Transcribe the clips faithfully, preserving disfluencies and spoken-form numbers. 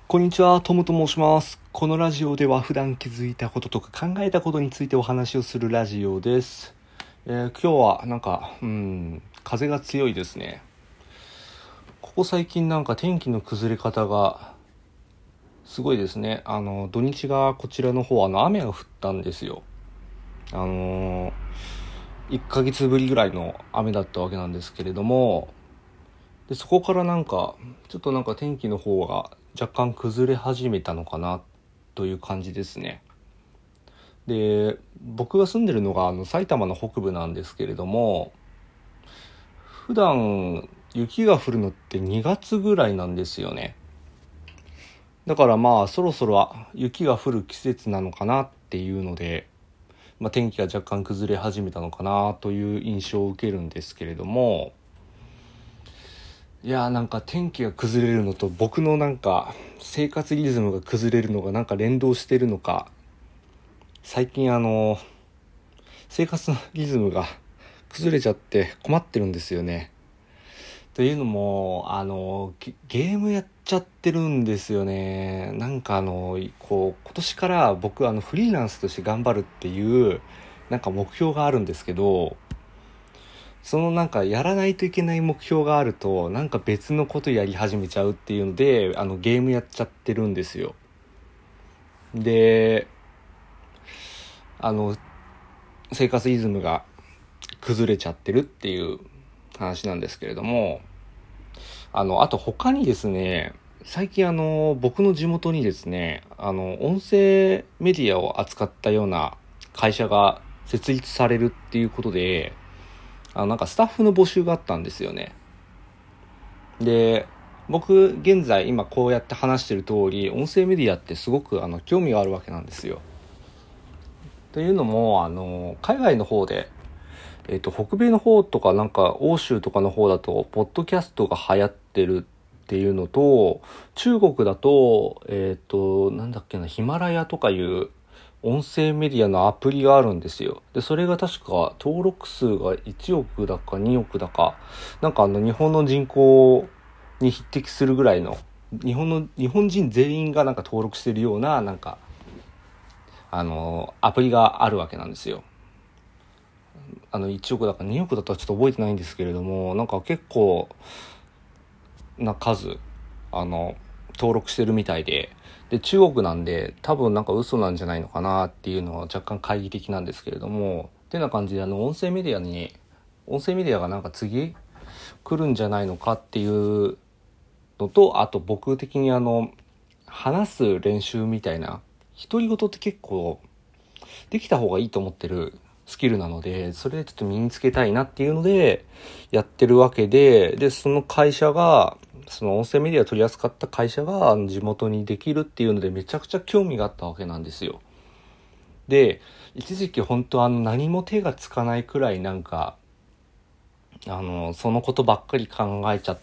こんにちは、トムと申します。このラジオでは普段気づいたこととか考えたことについてお話をするラジオです。えー、今日はなんか、うん、風が強いですね。ここ最近なんか天気の崩れ方がすごいですね。あの、土日がこちらの方、あの、雨が降ったんですよ。あのー、いっかげつぶりぐらいの雨だったわけなんですけれども、でそこからなんかちょっとなんか天気の方が若干崩れ始めたのかなという感じですね。で僕が住んでるのがあの埼玉の北部なんですけれども、普段雪が降るのってにがつぐらいなんですよね。だからまあそろそろ雪が降る季節なのかなっていうので、まあ、天気が若干崩れ始めたのかなという印象を受けるんですけれども、いやーなんか天気が崩れるのと僕のなんか生活リズムが崩れるのがなんか連動してるのか、最近あの生活のリズムが崩れちゃって困ってるんですよね。というのもあのゲームやっちゃってるんですよね。なんかあのこう今年から僕あのフリーランスとして頑張るっていうなんか目標があるんですけど、そのなんかやらないといけない目標があるとなんか別のことやり始めちゃうっていうので、あのゲームやっちゃってるんですよ。であの生活リズムが崩れちゃってるっていう話なんですけれども、あのあと他にですね、最近あの僕の地元にですね、あの音声メディアを扱ったような会社が設立されるっていうことで、あのなんかスタッフの募集があったんですよね。で僕現在今こうやって話してる通り、音声メディアってすごくあの興味があるわけなんですよ。というのもあの海外の方で、えっと北米の方とかなんか欧州とかの方だとポッドキャストが流行ってるっていうのと、中国だとえっとなんだっけな、ヒマラヤとかいう音声メディアのアプリがあるんですよ。でそれが確か登録数がいちおくだかにおくだか、なんかあの日本の人口に匹敵するぐらいの、日本の日本人全員がなんか登録してるようななんかあのアプリがあるわけなんですよ。あのいちおくだかにおくだったらちょっと覚えてないんですけれども、なんか結構な数あの登録してるみたいで、で中国なんで多分なんか嘘なんじゃないのかなっていうのは若干懐疑的なんですけれども、ってな感じであの音声メディアに音声メディアがなんか次来るんじゃないのかっていうのと、あと僕的にあの話す練習みたいな、独り言って結構できた方がいいと思ってるスキルなので、それでちょっと身につけたいなっていうのでやってるわけで、でその会社がその音声メディアを取り扱った会社が地元にできるっていうのでめちゃくちゃ興味があったわけなんですよ。で一時期本当あの何も手がつかないくらいなんかあのそのことばっかり考えちゃって、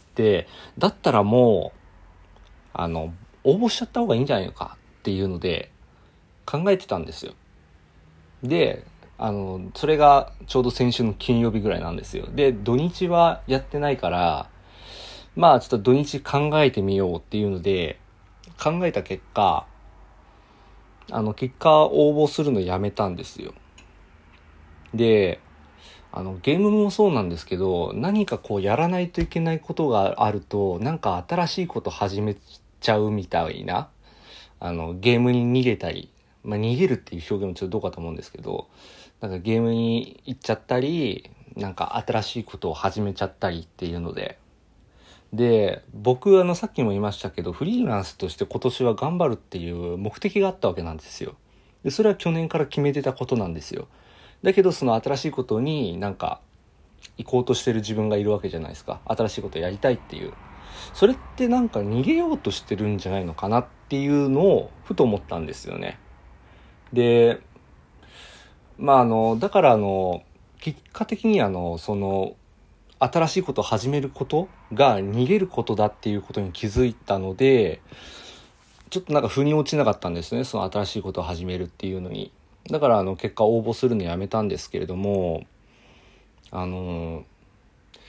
だったらもうあの応募しちゃった方がいいんじゃないのかっていうので考えてたんですよ。であのそれがちょうど先週の金曜日ぐらいなんですよ。で土日はやってないから、まあちょっと土日考えてみようっていうので考えた結果、あの結果応募するのやめたんですよ。であのゲームもそうなんですけど、何かこうやらないといけないことがあるとなんか新しいこと始めちゃうみたいな、あのゲームに逃げたり、まあ、逃げるっていう表現もちょっとどうかと思うんですけど、なんかゲームに行っちゃったり、なんか新しいことを始めちゃったりっていうので、で僕あのさっきも言いましたけど、フリーランスとして今年は頑張るっていう目的があったわけなんですよ。でそれは去年から決めてたことなんですよ。だけどその新しいことになんか行こうとしてる自分がいるわけじゃないですか。新しいことをやりたいっていう、それってなんか逃げようとしてるんじゃないのかなっていうのをふと思ったんですよね。でまああのだからあの結果的にあのその新しいことを始めることが逃げることだっていうことに気づいたので、ちょっとなんか腑に落ちなかったんですね、その新しいことを始めるっていうのに。だからあの結果応募するのやめたんですけれども、あの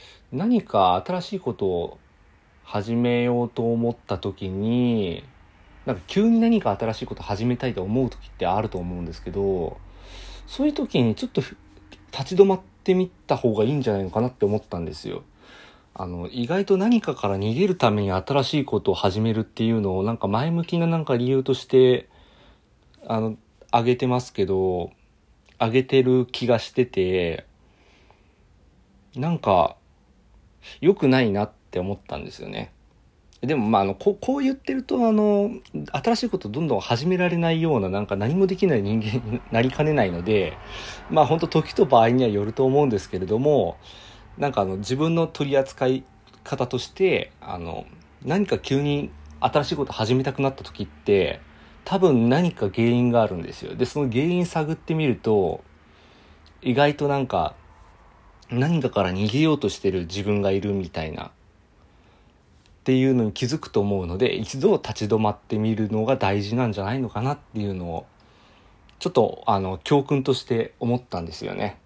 何か新しいことを始めようと思った時になんか急に何か新しいこと始めたいと思う時ってあると思うんですけど、そういう時にちょっと立ち止まってみた方がいいんじゃないのかなって思ったんですよ。あの意外と何かから逃げるために新しいことを始めるっていうのをなんか前向きななんか理由としてあの挙げてますけど、挙げてる気がしてて、なんか良くないなって思ったんですよね。でもまああのこう、こう言ってるとあの新しいことをどんどん始められないようななんか何もできない人間になりかねないので、まあ本当時と場合にはよると思うんですけれども、なんかあの自分の取り扱い方としてあの何か急に新しいこと始めたくなった時って多分何か原因があるんですよ。でその原因探ってみると意外となんか何かから逃げようとしてる自分がいるみたいなっていうのに気づくと思うので、一度立ち止まってみるのが大事なんじゃないのかなっていうのをちょっとあの教訓として思ったんですよね。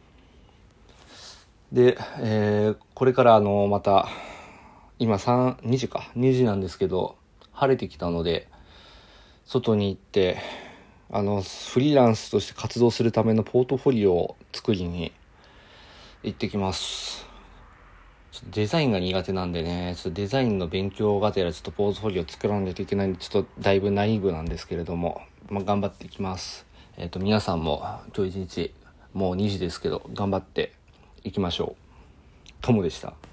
で、えー、これからあのまた今さん、にじかにじなんですけど、晴れてきたので外に行ってあのフリーランスとして活動するためのポートフォリオを作りに行ってきます。ちょっとデザインが苦手なんでね、ちょっとデザインの勉強がてらちょっとポートフォリオ作らないといけないんで、ちょっとだいぶナイーブなんですけれども、まあ、頑張っていきます。えっと皆さんも今日一日もうにじですけど頑張っていきましょう。ともでした。